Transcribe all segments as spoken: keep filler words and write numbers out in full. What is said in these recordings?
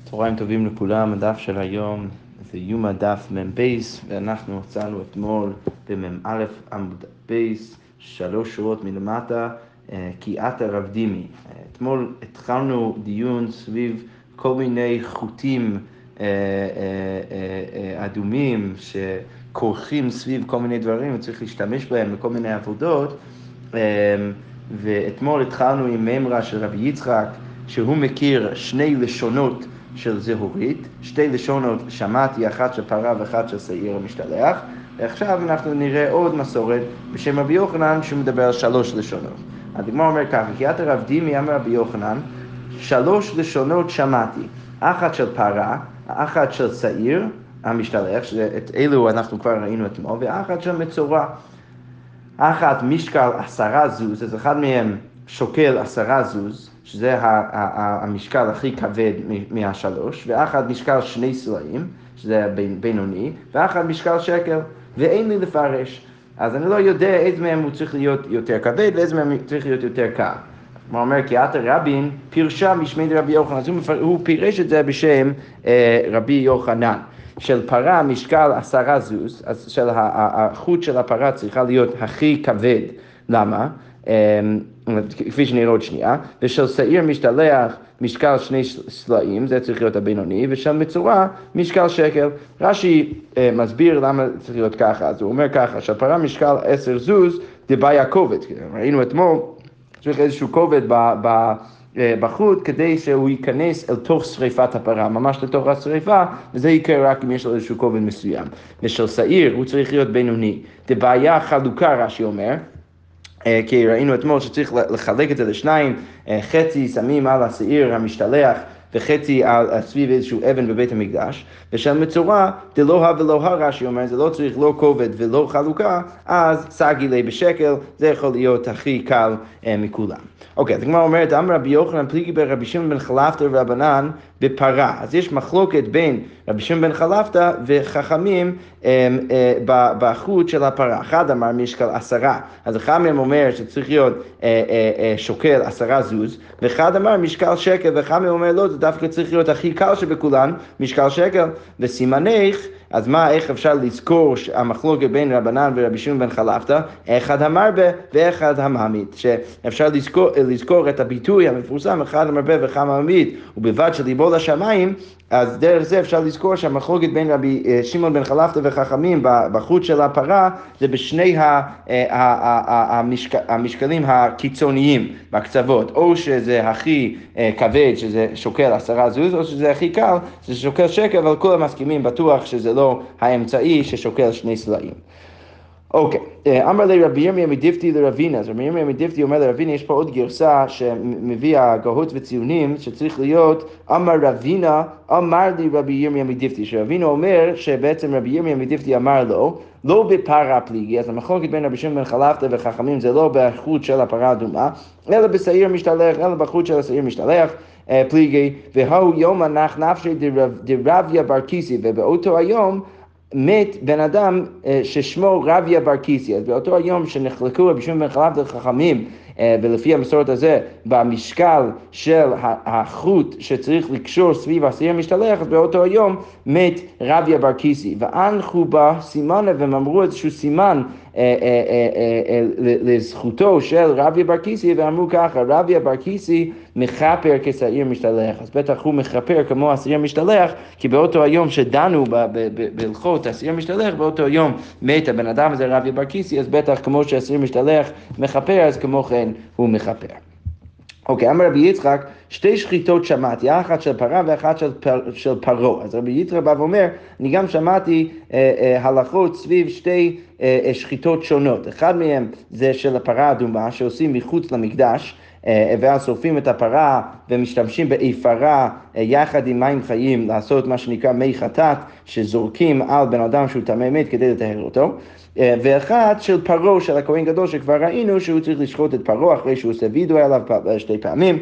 צהריים טובים לכולם, הדף של היום זה יום הדף מ"ם בייס, ואנחנו מצאנו אתמול במ"ם א' עמוד בייס, שלוש שורות מלמטה, קיאת הרב דימי. אתמול התחלנו דיון סביב כל מיני חוטים אדומים שכורכים סביב כל מיני דברים, וצריך להשתמש בהם בכל מיני עבודות, ואתמול התחלנו עם מימרה של רבי יצחק, שהוא מכיר שני לשונות של זהורית, שתי לשונות שמעתי, אחת של פרה ואחת של שעיר המשתלח, ועכשיו אנחנו נראה עוד מסורת בשם רבי יוחנן שמדבר על שלוש לשונות. הדגמרא אומר ככה, קיאת הרב דימי אמר רבי יוחנן, שלוש לשונות שמעתי, אחת של פרה, אחת של שעיר המשתלח, שאת אלו אנחנו כבר ראינו אתמול, ואחת של מצורע. אחת משקל עשרה זוז, אז אחד מהם שוקל עשרה זוז, שזה המשקל הכי כבד מהשלוש, ואחד משקל שני סלעים, שזה בינוני, ואחד משקל שקל, ואין לי לפרש. אז אני לא יודע איזה מהם הוא צריך להיות יותר כבד, ואיזה מהם הוא צריך להיות יותר קל. הוא אומר, קיאת הרבין פירשה משמי רבי יוחנן, אז הוא פירש את זה בשם אה, רבי יוחנן. של פרה משקל עשרה זוז, אז של החוט של הפרה צריכה להיות הכי כבד. למה? כפי שנראה עוד שנייה. ושל שעיר משתלח משקל שני סלעים, זה צריך להיות הבינוני, ושל מצורע משקל שקל. רש"י מסביר למה צריך להיות ככה, אז הוא אומר ככה, של פרה משקל עשר זוז, דבעיה כובד. ראינו אתמול, צריך איזשהו כובד ב... ב בחוט, כדי שהוא ייכנס אל תוך שריפת הפרה, ממש לתוך השריפה, וזה יקרה רק אם יש לו איזשהו כובד מסוים. ושל שעיר הוא צריך להיות בינוני. דבעיה חלוקה, רש"י אומר, כי ראינו אתמול שצריך לחלק את זה לשניים, חצי שמים על השעיר המשתלח, וחצי על סביב איזשהו אבן בבית המקדש, ושל מצורע, דלא ולא רש"י אומר, זה לא צריך לא כובד ולא חלוקה, אז סגי לי בשקל, זה יכול להיות הכי קל אה, מכולם. אוקיי, אז הגמרא אומרת, אמר רבי יוחנן פליגי ברבי שמעון בן חלפתא ורבנן בפרה. אז יש מחלוקת בין רבי שמעון בן חלפתא וחכמים אה, אה, בחוט של הפרה. אחד אמר משקל עשרה, אז אחד מהם אומר שצריך להיות אה, אה, אה, שוקל עשרה זוז, ואחד אמר משקל שקל, ואחד מהם אומר לא, זה דווקא צריך להיות הכי קל שבכולן, משקל שקל, וסימנך, אז מה, איך אפשר לזכור המחלוקת בין רבנן ורבי שמעון בן חלפתא? אחד המרבה ואחד הממית, שאפשר לזכור, לזכור את הביטוי המפורסם, אחד המרבה ואחד הממית, ובלבד שליבו לשמיים, אז דרך זה אפשר לזכור שהמחלוקת בין רבי שמעון בן חלפתא וחכמים בחוט של הפרה, זה בשני המשקלים הקיצוניים בקצוות, או שזה הכי כבד, שזה שוקל עשרה זוז, או שזה הכי קל, שזה שוקל שקל, אבל כולם מסכימים בטוח שזה לא האמצעי ששוקל שני סלעים. אוקיי, אמר לי רבי ירמיה מדיפתי לרבינה, אז רבי ירמיה מדיפתי אומר לרבינה, יש פה עוד גרסה שמביאה הגהות וציונים, שצריך להיות, אמר רבינה, אמר לי רבי ירמיה מדיפתי, שרבינה אומר שבעצם רבי ירמיה מדיפתי אמר לו, לא בפרה פליגי, אז המחלוקת בין רבי שמעון בן חלפתא וחכמים זה לא בחוט של הפרה האדומה, אלא בשעיר משתלח, אלא בחוט של השעיר משתלח, פליגי, והוא יום הנח נפשי דרביה בר כיסי, ובאותו היום, מת בן אדם ששמו רביה בר כיסי. אז באותו היום שנחלקו רבי שמעון בן חלפתא וחכמים, ולפי המסורת הזה, במשקל של החוט שצריך לקשור סביב השעיר המשתלח, אז באותו היום מת רביה בר כיסי. ואנחו בה סימנה, והם אמרו איזשהו סימן לזכותו של רביה בר כיסי, ואמרו ככה, רביה בר כיסי מחפר כשעיר משתלח. אז בטח הוא מחפר כמו השעיר משתלח, כי באותו היום שדנו בהלכות השעיר משתלח, באותו יום מת הבן אדם הזה רביה בר כיסי, אז בטח כמו שהשעיר משתלח מחפר, אז כמו כן הוא מחפר. אוקיי, אמר רבי יצחק, שתי שחיטות שמעתי, אחת של פרה ואחת של, פר, של פרו. אז רבי יצחק בא ואומר, אני גם שמעתי אה, אה, הלכות סביב שתי אה, שחיטות שונות. אחד מהם זה של הפרה האדומה, שעושים מחוץ למקדש, ואז שורפים את הפרה ומשתמשים באפרה יחד עם מים חיים לעשות מה שנקרא מי חטאת, שזורקים על בן אדם שהוא טמא מת כדי לטהר אותו. ואחת של פרו של הכהן גדול שכבר ראינו שהוא צריך לשחוט את פרו אחרי שהוא עושה וידוי עליו שתי פעמים,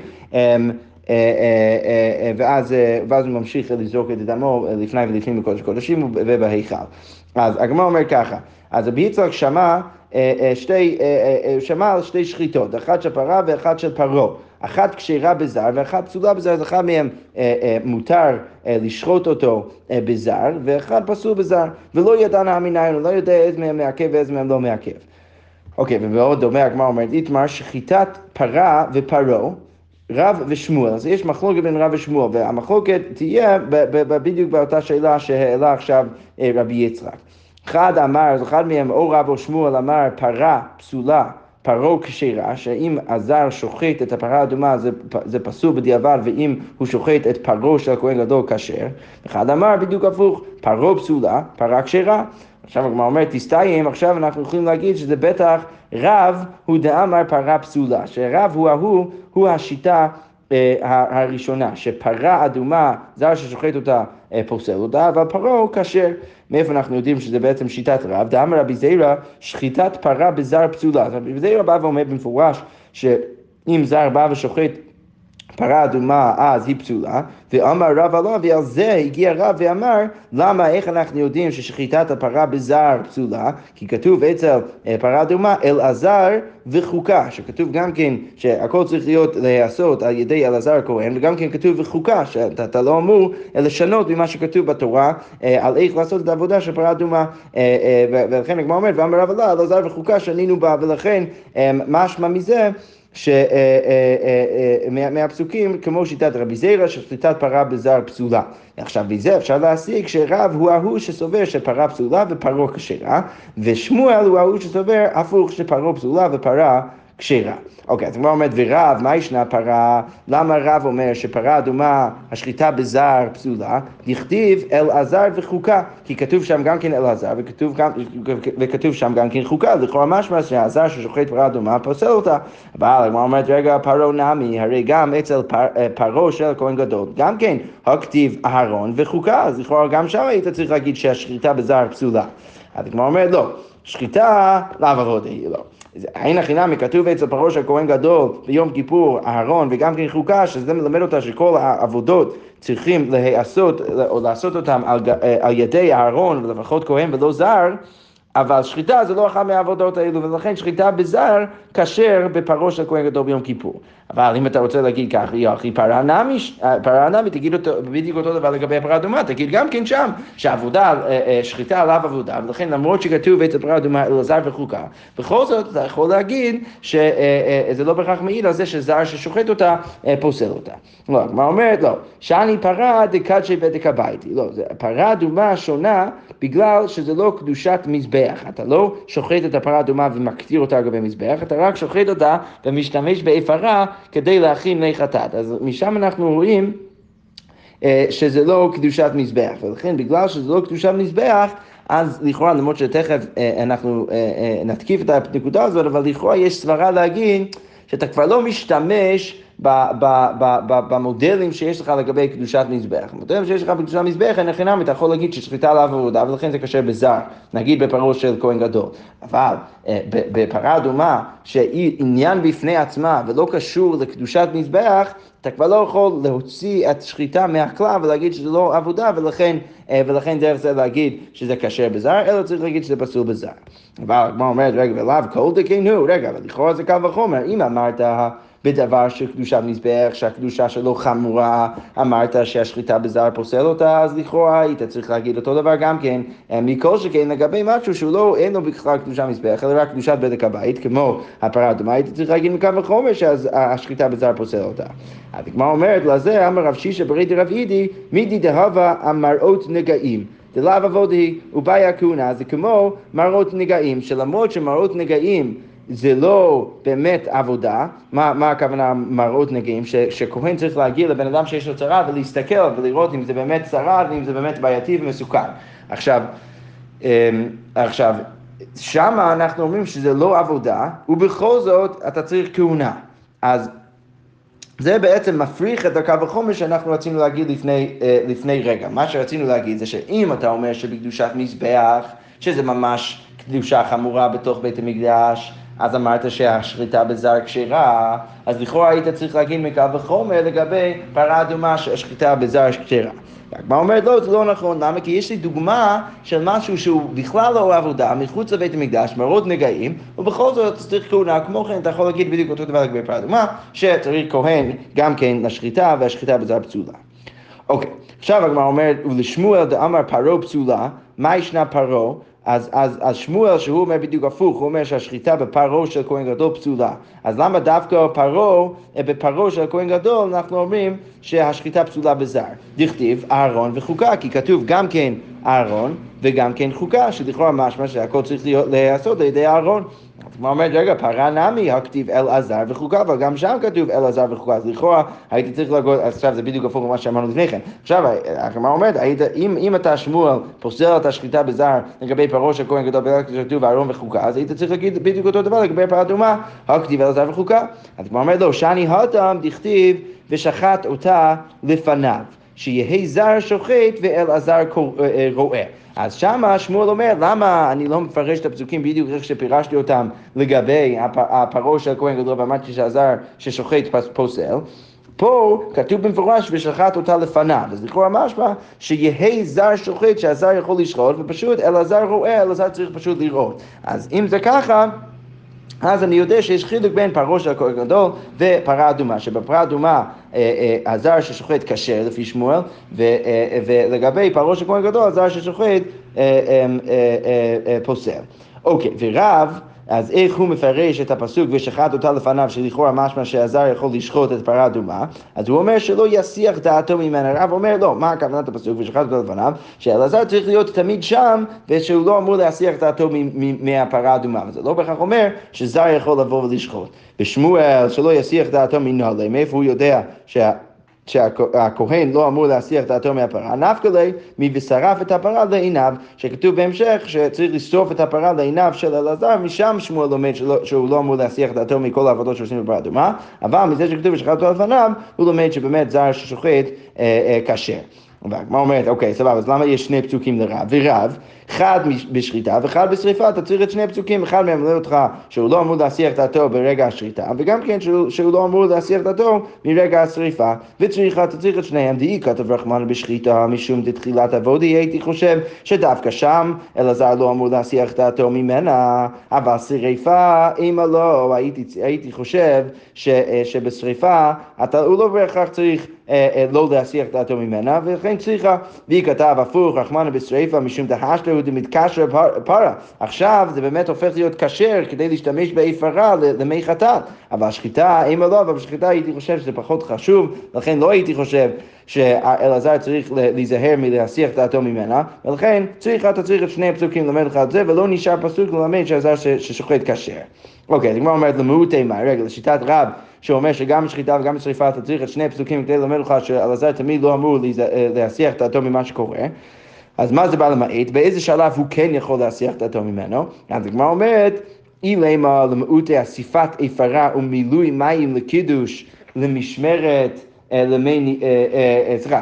ואז, ואז הוא ממשיך לזרוק את דמו לפני ולפנים בקודש קודשים ובהיכל. אז הגמרא אומר ככה, אז רבי יצחק שמע שתי, שמע על שתי שחיטות, אחת של פרה ואחת של פרו. אחת כשרה בזר ואחת פסולה בזר, אז אחד מהם אה, אה, מותר אה, לשחוט אותו אה, בזר, ואחד פסול בזר, ולא ידענה מניין, לא יודע איזה מהם מעכב ואיזה מהם לא מעכב. אוקיי, ובעוד דומה הגמרא אומרת, איתמר שחיטת פרה ופרו, רב ושמואל. אז יש מחלוקת בין רב ושמואל, והמחלוקת תהיה בדיוק באותה שאלה שהעלה עכשיו רבי יצחק. אחד אמר, אז אחד מהם, או רב או שמואל אמר, פרה פסולה, פרו כשרה, שאם הזר שוחט את הפרה האדומה זה, זה פסול בדיעבד, ואם הוא שוחט את פרו של הכהן גדול כשר. אחד אמר בדיוק הפוך, פרו פסולה, פרה כשרה. עכשיו הגמרא אומרת, תסתיים, עכשיו אנחנו יכולים להגיד שזה בטח רב הוא דאמר פרה פסולה, שרב הוא ההוא, הוא השיטה אה, הראשונה, שפרה אדומה, זר ששוחט אותה אה, פוסל אותה, אבל פרה הוא כשר. מאיפה אנחנו יודעים שזה בעצם שיטת רב? דאמר רבי זירא, שחיטת פרה בזר פסולה. רבי זירא בא ואומר במפורש, שאם זר בא ושוחט פרה אדומה, אז היא פסולה, ואמר רב עליו, ועל זה הגיע רב ואמר, למה, איך אנחנו יודעים ששחיטת הפרה בזר פסולה? כי כתוב אצל פרה אדומה, אלעזר וחוקה, שכתוב גם כן שהכל צריך להיות להיעשות על ידי אלעזר הכהן, וגם כן כתוב וחוקה, שאתה לא אמור לשנות ממה שכתוב בתורה, על איך לעשות את העבודה של פרה אדומה, ולכן הגמרא אומרת, ואמר רב עליו, אלעזר וחוקה שנינו בה, ולכן משמע מזה, שמהפסוקים כמו שיטת רבי זירא ששחיטת פרה בזר פסולה. עכשיו בזה אפשר להסיק שרב הוא ההוא שסובר שפרה פסולה ופרה כשרה, ושמואל הוא ההוא שסובר הפוך שפרה פסולה ופרה כשרה. אוקיי, אז כמו אומרת, ורב, מה ישנה פרה? למה רב אומר שפרה אדומה, השחיטה בזר פסולה? דכתיב אלעזר וחוקה, כי כתוב שם גם כן אלעזר, וכתוב, גם, וכתוב שם גם כן חוקה, לכאורה משמע שהזר ששוחט פרה אדומה פוסל אותה. אבל כמו אומרת, רגע, פרו נמי, הרי גם אצל פר, פרו של הכהן גדול, גם כן, הכתיב אהרון וחוקה, אז לכאורה גם שם היית צריך להגיד שהשחיטה בזר פסולה. אז כמו אומרת, לא, שחיטה לאו עבודה היא לא. אין החינמי, כתוב אצל פרעה של הכהן גדול ביום כיפור, אהרון וגם כן חוקה, שזה מלמד אותה שכל העבודות צריכים להיעשות או לעשות אותם על, על ידי אהרון ולפחות כהן ולא זר, אבל שחיטה זה לא אחת מהעבודות האלו, ולכן שחיטה בזר כשר בפרעה של הכהן גדול ביום כיפור. אבל אם אתה רוצה להגיד כך, יחי פרה נמי, פרה נמי, תגיד אותו, בדיוק אותו דבר לגבי פרה אדומה, תגיד גם כן שם, שהעבודה, שחיטה עליו עבודה, ולכן למרות שכתוב אצל פרה אדומה אלעזר וחוקה, בכל זאת אתה יכול להגיד שזה לא בהכרח מעיד על זה שזר ששוחט אותה פוסל אותה. לא, מה אומרת? לא, שאני פרה דקדשי בדק הביתי, לא, פרה אדומה שונה בגלל שזה לא קדושת מזבח, אתה לא שוחט את הפרה אדומה ומקטיר אותה לגבי מזבח, אתה רק שוחט אותה ומשתמש באפרה כדי להכין לי חטאת. אז משם אנחנו רואים שזה לא קדושת מזבח, ולכן בגלל שזה לא קדושת מזבח, אז לכאורה, למרות שתכף אנחנו נתקיף את הנקודה הזאת, אבל לכאורה יש סברה להגיד שאתה כבר לא משתמש במודלים שיש לך לגבי קדושת מזבח. המודלים שיש לך בקדושת מזבח, אין חינם, אתה יכול להגיד ששחיטה עליו עבודה, ולכן זה קשר בזר, נגיד בפרעה של כהן גדול. אבל בפרה אדומה, שהיא עניין בפני עצמה ולא קשור לקדושת מזבח, אתה כבר לא יכול להוציא את שחיטה מהכלל ולהגיד שזה לא עבודה, ולכן, ולכן דרך זה להגיד שזה קשר בזר, אלא צריך להגיד שזה פסול בזר. אבל כמו אומרת, רגע, ולאו כל דקיינו, רגע, אבל לכאורה זה קל וחומר, אם אמרת בדבר של קדושת מזבח, שהקדושה שלו חמורה, אמרת שהשחיטה בזר פוסל אותה, אז לכאורה היית צריך להגיד אותו דבר גם כן, מכל שכן לגבי משהו שהוא לא, אין לו בכלל קדושת מזבח, אלא רק קדושת בדק הבית, כמו הפרה אדומה, היית צריך להגיד מקו וחומר שהשחיטה בזר פוסל אותה. אז כמו אומרת לזה, אמר רב שישה ברי דרב אידי, מידי דהבה המראות נגעים. דלאו עבודי ובעיה כהונה, זה כמו מראות נגעים, שלמרות שמראות נגעים זה לא באמת עבודה, מה, מה הכוונה מראות נגעים? ש, שכהן צריך להגיע לבן אדם שיש לו צרה ולהסתכל ולראות אם זה באמת צרה ואם זה באמת בעייתי ומסוכן. עכשיו, עכשיו, שמה אנחנו אומרים שזה לא עבודה, ובכל זאת אתה צריך כהונה. אז זה בעצם מפריך את הקו החומר שאנחנו רצינו להגיד לפני, לפני רגע. מה שרצינו להגיד זה שאם אתה אומר שבקדושת מזבח, שזה ממש קדושה חמורה בתוך בית המקדש, אז אמרת שהשחיטה בזר כשרה, אז לכאורה היית צריך להגיד מקל וחומר לגבי פרה אדומה שהשחיטה בזר כשרה. הגמרא אומרת, לא, זה לא נכון. למה? כי יש לי דוגמה של משהו שהוא בכלל לא עבודה, מחוץ לבית המקדש, מראות נגעים, ובכל זאת צריך כהונה. כמו כן, אתה יכול להגיד בדיוק אותו דבר לגבי פרה אדומה, שצריך כהן גם כן לשחיטה, והשחיטה בזר פסולה. אוקיי, עכשיו הגמרא אומרת, ולשמואל דאמר פרו פסולה, מה ישנה פרו? אז, אז, אז שמואל, שהוא אומר בדיוק הפוך, הוא אומר שהשחיטה בפרו של כהן גדול פסולה. אז למה דווקא פרו, בפרו של כהן גדול, אנחנו אומרים שהשחיטה פסולה בזר? דכתיב אהרון וחוקה, כי כתוב גם כן אהרון וגם כן חוקה, שלכאורה משמע שהכל צריך להיעשות על ידי אהרון. כמו אומרת, רגע, פרה נמי, הכתיב אלעזר וחוקה, אבל גם שם כתוב אלעזר וחוקה, אז לכאורה הייתי צריך להגיד, עכשיו זה בדיוק הפוך ממה שאמרנו לפני כן. עכשיו, כמו אומרת, אם, אם אתה שמואל פוסל את השחיטה בזר לגבי פרו של כהן גדול, כתוב אהרון וחוקה, אז היית צריך להגיד בדיוק אותו דבר לגבי פרה אדומה, הכתיב אלעזר וחוקה. אז כמו אומרת, לא, שאני התם דכתיב ושחט אותה לפניו, שיהי זר שוחט ואלעזר רואה. אז שמה שמואל אומר, למה אני לא מפרש את הפסוקים בדיוק איך שפירשתי אותם לגבי הפרו של כהן גדול, ואמרתי שהזר ששוחט פוסל? פה כתוב במפורש ושחט אותה לפניו, אז לכאורה משמע שיהי זר שוחט שהזר יכול לשחוט, ופשוט אלעזר רואה, אלעזר צריך פשוט לראות. אז אם זה ככה, אז אני יודע שיש חילוק בין פרו של כהן גדול ופרה אדומה, שבפרה אדומה הזר ששוחט כשר לפי שמואל, ולגבי פרו של כהן גדול הזר ששוחט פוסל. אוקיי, ורב, אז איך הוא מפרש את הפסוק ושחט אותה לפניו, שלכאורה משמע שהזר יכול לשחוט את פרה אדומה? אז הוא אומר שלא יסיח דעתו ממנה. הרב אומר, לא, מה הכוונת הפסוק ושחט אותה לפניו? שאלעזר צריך להיות תמיד שם, ושהוא לא אמור להסיח דעתו מהפרה אדומה. וזה לא בהכרח אומר שזר יכול לבוא ולשחוט. ושמואל שלא יסיח דעתו מנהלה, מאיפה הוא יודע שה... שהכהן לא אמור להסיח דעתו מהפרה, נפקא ליה מבשרף את הפרה לעיניו, שכתוב בהמשך שצריך לשרוף את הפרה לעיניו של אלעזר, משם שמואל לומד שהוא לא אמור להסיח דעתו מכל העבודות שעושים בפרה אדומה, אבל מזה שכתוב ושחט אותו לפניו, הוא לומד שבאמת זר ששוחט כשר. והגמרא אומרת, אוקיי, סבבה, אז למה יש שני פסוקים לרב? ורב, אחד בשחיטה ואחד בשריפה, אתה צריך את שני פסוקים, אחד מהם אומר אותך שהוא לא אמור להסיח דעתו ברגע השחיטה, וגם כן שהוא, שהוא לא אמור להסיח דעתו מרגע השריפה, וצריך, אתה צריך את שניהם, דאי כתב רחמן בשחיטה, משום דתחילת עבודי, הייתי חושב שדווקא שם אלעזר לא אמור להסיח דעתו ממנה, אבל שריפה, אם לא, הייתי, הייתי חושב ש, שבשריפה, אתה, הוא לא בהכרח צריך לא להסיח דעתו ממנה, ולכן צריכה, והיא כתב הפוך, רחמנה בשריפה, משום דהשת הוא דמתקשר פרה. עכשיו זה באמת הופך להיות כשר כדי להשתמש באפרה למי חטאת. אבל השחיטה, אם לא, אבל בשחיטה הייתי חושב שזה פחות חשוב, לכן לא הייתי חושב שאלעזר צריך להיזהר מלהסיח דעתו ממנה, ולכן צריך, אתה צריך את שני הפסוקים ללמד לך את זה, ולא נשאר פסוק ללמד שהזר ששוחט כשר. אוקיי, אז הגמרא אומרת למהותי מה, רגע, לשיטת רב, שאומר שגם בשחיטה וגם בשריפה אתה צריך את שני הפסוקים כדי ללמד לך שאלעזר תמיד לא אמור להסיח דעתו ממה שקורה. אז מה זה בא למעט? באיזה שלב הוא כן יכול להסיח דעתו ממנו? אז הגמרא אומרת, אילמה למהותי אסיפת אפרה ומילוי מים לקידוש למשמרת למי, סליחה,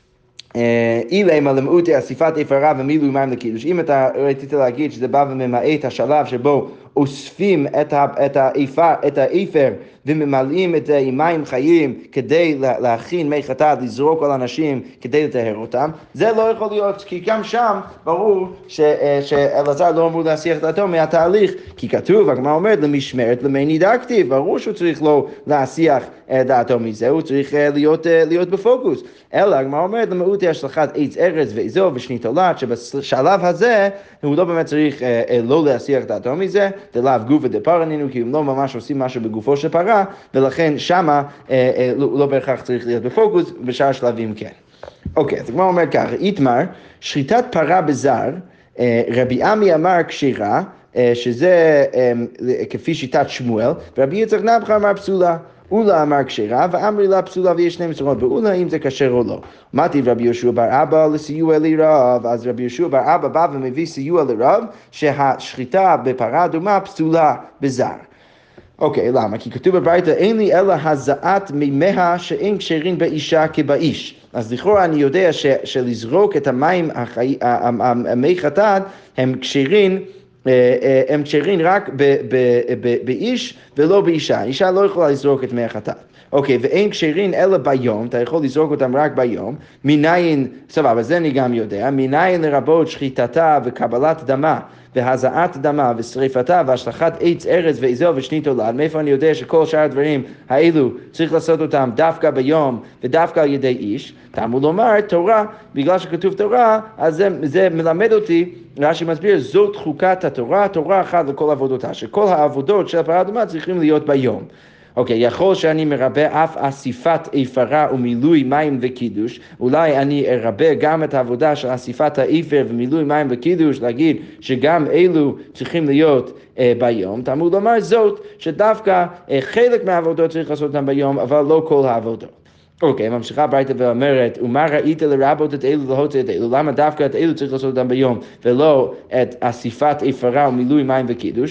אילמה למהותי אסיפת אפרה ומילוי מים לקידוש. אם אתה רצית להגיד שזה בא וממעט השלב שבו אוספים את, ה, את, האפר, את האפר וממלאים את זה עם מים חיים כדי להכין מי חטאת, לזרוק על אנשים כדי לטהר אותם, זה לא יכול להיות, כי גם שם ברור ש, שאלעזר לא אמור להסיח דעתו מהתהליך, כי כתוב, הגמרא אומרת, למשמרת למי נידקתי, ברור שהוא צריך לא להסיח דעתו מזה, הוא צריך להיות, להיות בפוקוס. אלא הגמרא אומרת, למהותי השלכת עץ ארץ ואזור ושנית תולעת, שבשלב הזה הוא לא באמת צריך לא להסיח דעתו מזה, דלאו גופא דפרנינו, כי הם לא ממש עושים משהו בגופו של פרה, ולכן שמה אה, אה, לא, לא בהכרח צריך להיות בפוקוס, בשאר שלבים כן. אוקיי, אז כמו אומר ככה, איתמר, שחיטת פרה בזר, אה, רבי עמי אמר כשרה, אה, שזה אה, כפי שיטת שמואל, ורבי יצחק נפחא אמר פסולה. אולה אמר כשרה, ואמרי לה פסולה, ויש שני מסורות באולה אם זה כשר או לא. אמרתי רבי יהושע בר אבא לסיוע לרב, אז רבי יהושע בר אבא בא ומביא סיוע לרב, שהשחיטה בפרה אדומה פסולה בזר. אוקיי, למה? כי כתוב בברייתא, אין לי אלא הזעת מימיה שאין כשרים באישה כבאיש. אז לכאורה אני יודע ש, שלזרוק את המים, החי, המי חטאת, הם כשרים, הם כשרים רק באיש ולא באישה. אישה לא יכולה לזרוק את מי החטאת. אוקיי, ואין כשרים אלא ביום, אתה יכול לזרוק אותם רק ביום, מניין, סבבה, זה אני גם יודע, מניין לרבות שחיטתה וקבלת דמה, והזעת דמה ושריפתה והשלכת עץ ארז ואזור ושנית תולד. מאיפה אני יודע שכל שאר הדברים האלו צריך לעשות אותם דווקא ביום ודווקא על ידי איש? תאמרו לומר תורה, בגלל שכתוב תורה, אז זה, זה מלמד אותי, רש"י מסביר, זאת חוקת התורה, תורה אחת לכל עבודתה, שכל העבודות של הפרה האדומה צריכים להיות ביום. אוקיי, יכול שאני מרבה אף אסיפת איפרה ומילוי מים וקידוש, אולי אני ארבה גם את העבודה של אסיפת האיפר ומילוי מים וקידוש, להגיד שגם אלו צריכים להיות אה, ביום. תאמרו לומר זאת, שדווקא אה, חלק מהעבודות צריך לעשות אותם ביום, אבל לא כל העבודות. אוקיי, ממשיכה ברייתא ואומרת, ומה ראית לרבות את אלו להוציא את אלו? למה דווקא את אלו צריך לעשות אותם ביום, ולא את אסיפת איפרה ומילוי מים וקידוש?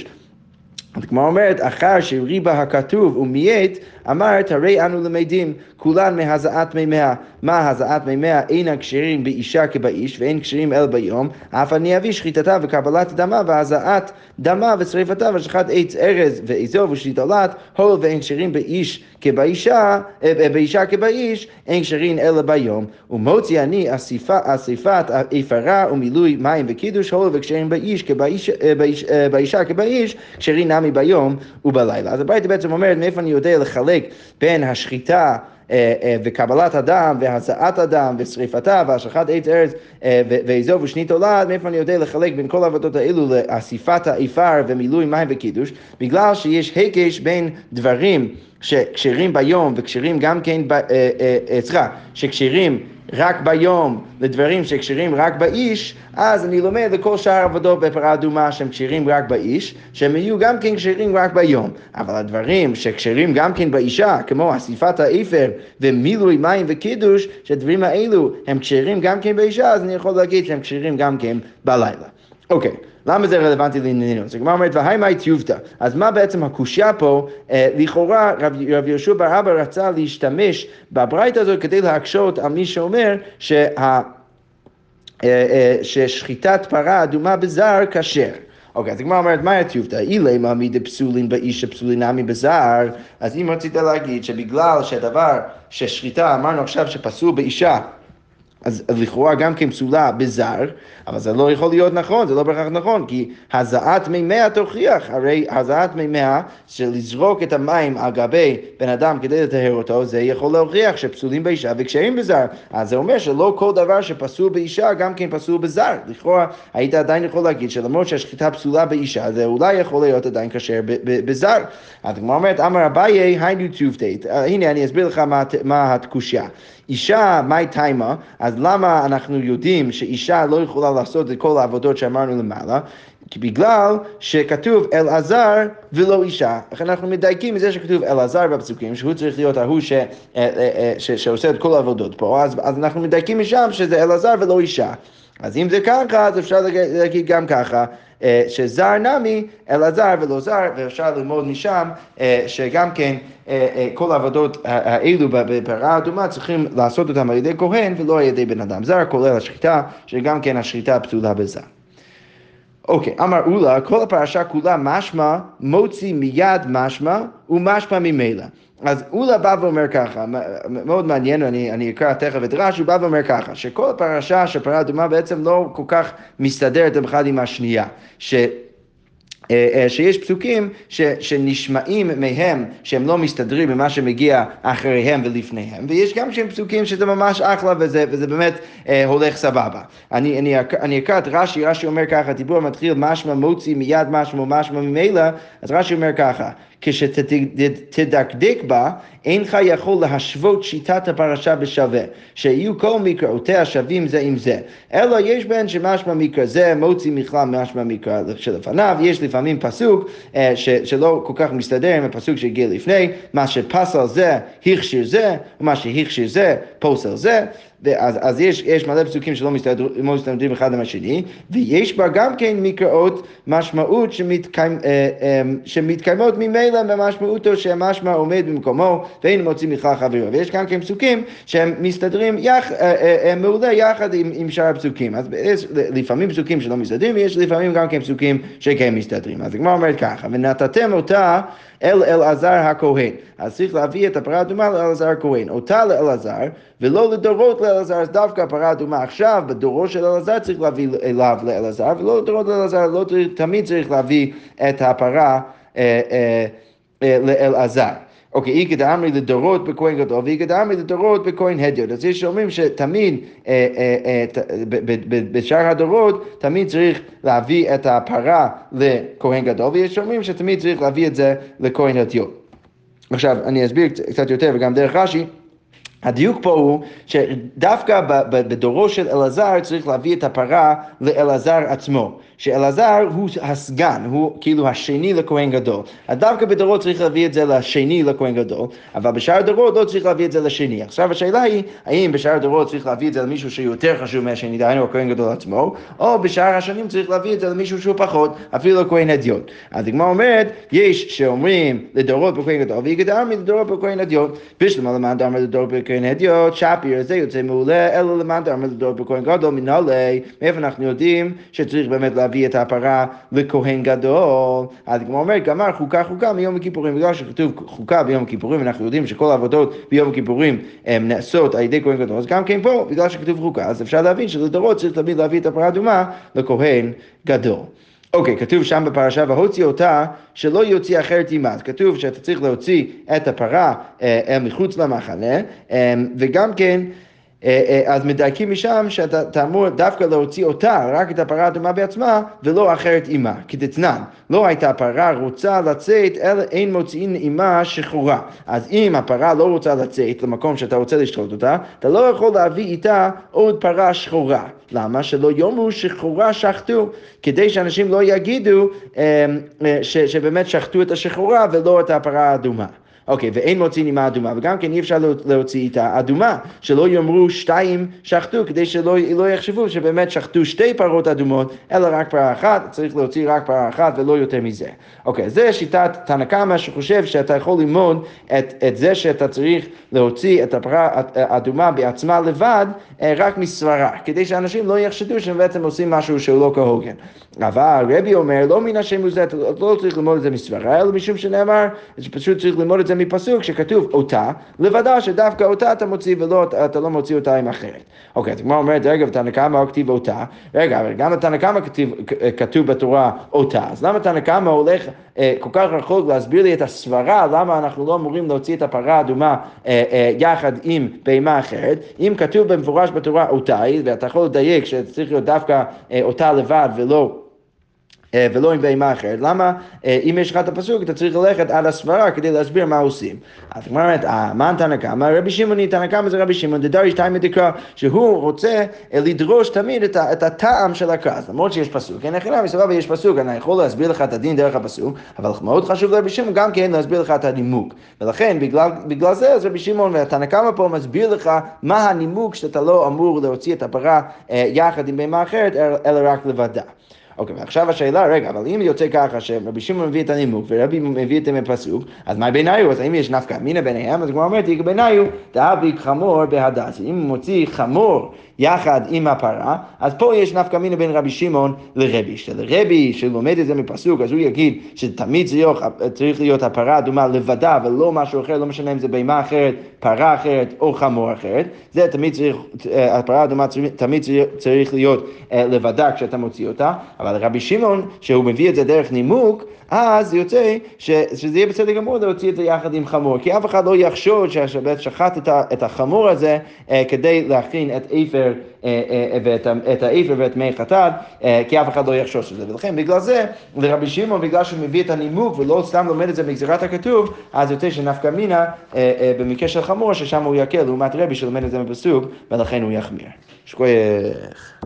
כמו אומרת, אחר שריבה הכתוב ומייט, אמרת, הרי אנו למדים, כולן מהזעת מימיה. מה הזעת מימיה? אין כשרים באישה כבאיש, ואין כשרים אל ביום, אף אני אביא שחיטתה וקבלת דמה, והזעת דמה ושריפתה, ושחט עץ ארז ואזור ושנית תולד, הול ואין כשרים באיש כבאישה, באישה כבאיש, אין כשרים אלא ביום. ומוציא אני אסיפה, אסיפת איפרה ומילוי מים וקידוש, הול וכשרים באיש כבאיש, באיש, באישה כבאיש, כשרים נמי ביום ובלילה. אז הברייתא בעצם אומרת, מאיפה אני יודע לחלק בין השחיטה וקבלת הדם והזעת הדם ושריפתה והשלכת עץ ארז ואזור ושנית תולד, מאיפה אני יודע לחלק בין כל העבודות האלו לאסיפת האיפר ומילוי מים וקידוש? בגלל שיש הקש בין דברים שכשרים ביום וכשרים גם כן, סליחה, שכשרים רק ביום לדברים שכשרים רק באיש, אז אני לומד לכל שאר עבודות בפרה אדומה שהם כשרים רק באיש, שהם יהיו גם כן כשרים רק ביום. אבל הדברים שכשרים גם כן באישה, כמו אסיפת האיפר ומילוי מים וקידוש, שהדברים האלו הם כשרים גם כן באישה, אז אני יכול להגיד שהם כשרים גם כן בלילה. אוקיי. למה זה רלוונטי לענייננו? אז הגמרא אומרת, והי מאי טיובתא. אז מה בעצם הקושיה פה? אה, לכאורה רב, רב יהושע בר אבא רצה להשתמש בברייתא הזאת כדי להקשות על מי שאומר שה, אה, אה, ששחיטת פרה אדומה בזר כשר. אוקיי, אז הגמרא אומרת, מה הטיובתא? אילי מעמיד פסולין באיש שפסולין נמי בזר. אז אם רצית להגיד שבגלל שהדבר ששחיטה, אמרנו עכשיו שפסול באישה, אז לכאורה גם כן פסולה בזר, אבל זה לא יכול להיות נכון, זה לא בהכרח נכון, כי הזעת מימיה תוכיח, הרי הזעת מימיה של לזרוק את המים על גבי בן אדם כדי לטהר אותו, זה יכול להוכיח שפסולים באישה וכשרים בזר, אז זה אומר שלא כל דבר שפסול באישה גם כן פסול בזר, לכאורה היית עדיין יכול להגיד שלמרות שהשחיטה פסולה באישה, זה אולי יכול להיות עדיין כשר בזר. אז כמו אומרת, אמר אביי, היינו טיובתא, הנה אני אסביר לך מה, מה התקושיה. אישה, מאי תימה, אז למה אנחנו יודעים שאישה לא יכולה לעשות את כל העבודות שאמרנו למעלה? כי בגלל שכתוב אלעזר ולא אישה. לכן אנחנו מדייקים מזה שכתוב אלעזר בפסוקים, שהוא צריך להיות ההוא ש, ש, שעושה את כל העבודות פה, אז, אז אנחנו מדייקים משם שזה אלעזר ולא אישה. אז אם זה ככה, אז אפשר להגיד גם ככה, שזר נמי, אלעזר ולא זר, ואפשר ללמוד משם שגם כן כל העבודות האלו בפרה אדומה צריכים לעשות אותם על ידי כהן ולא על ידי בן אדם זר, כולל השחיטה, שגם כן השחיטה פסולה בזר. אוקיי, אמר אולה, כל הפרשה כולה משמע, מוציא מיד משמע ומשמע ממילא. אז אולה בא ואומר ככה, מאוד מעניין, אני, אני אקרא תכף את רש"י, הוא בא ואומר ככה, שכל הפרשה של פרה אדומה בעצם לא כל כך מסתדרת אחד עם השנייה, ש... שיש פסוקים ש, שנשמעים מהם שהם לא מסתדרים במה שמגיע אחריהם ולפניהם, ויש גם שהם פסוקים שזה ממש אחלה וזה, וזה באמת אה, הולך סבבה. אני, אני, אני אקרא את רש"י, רש"י אומר ככה, דיבור מתחיל משמע מוציא מיד משמע משמע ממילא, אז רש"י אומר ככה, כשתדקדק בה, אינך יכול להשוות שיטת הפרשה בשווה, שיהיו כל מקראותיה שווים זה עם זה. אלא יש בין שמשמע מקרא זה, מוציא מכלל משמע מקרא שלפניו, יש לפעמים פסוק ש, שלא כל כך מסתדר עם הפסוק שהגיע לפני, מה שפסל זה, הכשיר זה, ומה שהכשיר זה, פוסל זה, ואז, אז יש, יש מלא פסוקים שלא מסתדרים אחד עם השני, ויש בה גם כן מקראות משמעות שמתקיימ, שמתקיימות ממילא, אלא במשמעותו שהמשמע עומד במקומו ואין מוציא מכלל חברו. ויש כאן כן פסוקים שהם מסתדרים יח, מעולה יחד עם, עם שאר הפסוקים. אז יש לפעמים פסוקים שלא מסתדרים, ויש לפעמים גם כן פסוקים שכן מסתדרים. אז הגמרא אומרת ככה, ונתתם אותה אל אלעזר הכהן. אז צריך להביא את הפרה האדומה לאלעזר הכהן. אותה לאלעזר, ולא לדורות לאלעזר. אז דווקא הפרה האדומה עכשיו, בדורו של אלעזר צריך להביא אליו לאלעזר, ולא לדורות לאלעזר, לא תמיד צריך להביא את הפרה אה, אה, אה, לאלעזר. אוקיי, אי כדאמרי לדורות בכהן גדול, ואי כדאמרי לדורות בכהן הדיוט. אז יש שאומרים שתמיד, אה, אה, אה, בשאר הדורות, תמיד צריך להביא את הפרה לכהן גדול, ויש שאומרים שתמיד צריך להביא את זה לכהן הדיוט. עכשיו, אני אסביר קצת יותר, וגם דרך רש"י, הדיוק פה הוא שדווקא בדורו של אלעזר צריך להביא את הפרה לאלעזר עצמו, שאלעזר הוא הסגן, הוא כאילו השני לכהן גדול. אז דווקא בדורו צריך להביא את זה לשני לכהן גדול, אבל בשאר הדורות לא צריך להביא את זה לשני. עכשיו השאלה היא, האם בשאר הדורות צריך להביא את זה למישהו שיותר חשוב מהשני, דהיינו הכהן גדול עצמו, או בשאר השנים צריך להביא את זה למישהו שהוא פחות, אפילו לכהן הדיוט. אז הגמרא אומרת, יש שאומרים לדורות בכהן גדול, ויגדרמי לדורות בכהן הדיוט, בשלמה למען דרמי לדורות בכהן הדיוט, שפיר, זה יוצא מעולה, אלא למען דרמי לדורות בכהן גדול, מנהלי, מאיפה אנחנו יודעים שצריך באמת להביא את הפרה לכהן גדול. אז כמו אומר, גמר חוקה חוקה מיום הכיפורים, בגלל שכתוב חוקה ביום הכיפורים, אנחנו יודעים שכל העבודות ביום הכיפורים הם נעשות על ידי כהן גדול, אז גם כן פה, בגלל שכתוב חוקה, אז אפשר להבין שלדורות צריך תמיד להביא את הפרה האדומה לכהן גדול. אוקיי, כתוב שם בפרשה, והוציא אותה שלא יוציא אחרת עימה. אז כתוב שאתה צריך להוציא את הפרה אה, מחוץ למחנה, אה, וגם כן, אז מדייקים משם שאתה תאמור דווקא להוציא אותה, רק את הפרה האדומה בעצמה, ולא אחרת עימה. כדתנן, לא הייתה הפרה רוצה לצאת, אלא אין מוציאין עימה שחורה. אז אם הפרה לא רוצה לצאת למקום שאתה רוצה לשחוט אותה, אתה לא יכול להביא איתה עוד פרה שחורה. למה? שלא יאמרו שחורה שחטו, כדי שאנשים לא יגידו ש, שבאמת שחטו את השחורה ולא את הפרה האדומה. אוקיי, ואין מוציאים עימה אדומה, וגם כן אי אפשר להוציא איתה אדומה, שלא יאמרו שתיים שחטו, כדי שלא לא יחשבו שבאמת שחטו שתי פרות אדומות, אלא רק פרה אחת, צריך להוציא רק פרה אחת ולא יותר מזה. אוקיי, זה שיטת תנא קמא שחושב שאתה יכול ללמוד את, את זה שאתה צריך להוציא את הפרה האדומה בעצמה לבד, רק מסברה, כדי שאנשים לא יחשדו שהם בעצם עושים משהו שהוא לא כהוגן. אבל רבי אומר, לא מן השם הוא זה, אתה לא צריך ללמוד את זה מסברה, אלא משום שנאמר, שפשוט צריך ללמוד את זה מפסוק שכתוב אותה, לבדה שדווקא אותה אתה מוציא ולא, אתה לא מוציא אותה עם אחרת. אוקיי, אז כמו אומרת, רגע, בתנא קמא כתיב אותה, רגע, אבל גם בתנא קמא כתוב, כתוב בתורה אותה, אז למה תנא קמא הולך אה, כל כך רחוק להסביר לי את הסברה, למה אנחנו לא אמורים להוציא את הפרה האדומה אה, אה, יחד עם בהמה אחרת, אם כתוב במפורש בתורה אותה, ואתה יכול לדייק שצריך להיות דווקא אה, אותה לבד ולא ולא עם בהמה אחרת. למה? אם יש לך את הפסוק, אתה צריך ללכת עד הסברה כדי להסביר מה עושים. אז כמו אומרת, מה תנא קמא? רבי שמעון, תנא קמא זה רבי שמעון, דדריש תימא דקרא, שהוא רוצה לדרוש תמיד את, את הטעם של הכעס. למרות שיש פסוק, אין לכם, מסבבה יש פסוק, אני יכול להסביר לך את הדין דרך הפסוק, אבל מאוד חשוב לרבי שמעון גם כן להסביר לך את הנימוק. ולכן, בגלל, בגלל זה, אז רבי שמעון ותנא קמא פה מסביר לך מה הנימוק שאתה לא אמור להוציא את הפרה יחד עם בהמה אחרת, אלא רק לבדה. אוקיי, ועכשיו השאלה, רגע, אבל אם יוצא ככה שרבי שמעון מביא את הנימוק ורבי מביא את הפסוק, אז מה ביניו? אז האם יש נפקא מינה ביניהם? אז כמו אמרתי, ביניו, דאביק חמור בהדס. אם הוא מוציא חמור יחד עם הפרה, אז פה יש נפקא מינה בין רבי שמעון לרבי. שלרבי שלומד את זה מפסוק, אז הוא יגיד שתמיד צריך להיות הפרה אדומה לבדה, ולא משהו אחר, לא משנה אם זה בהמה אחרת, פרה אחרת או חמור אחרת. זה תמיד צריך, הפרה אדומה תמיד צריך להיות לבדה כשאתה מוציא אותה. אבל רבי שמעון, שהוא מביא את זה דרך נימוק, אז יוצא ש, שזה יהיה בסדר גמור להוציא את זה יחד עם חמור, כי אף אחד לא יחשוד שהשבת שחט את, ה, את החמור הזה אה, כדי להכין את איפר, אה, אה, ואת, את האיפר ואת מי חטאת, אה, כי אף אחד לא יחשוד שזה. ולכן בגלל זה, לרבי שמעון, בגלל שהוא מביא את הנימוק ולא סתם לומד את זה מגזירת הכתוב, אז יוצא שנפקא מינה אה, אה, במקרה של חמור, ששם הוא יקל לעומת רבי שלומד את זה בפסוק, ולכן הוא יחמיר. שכוייך.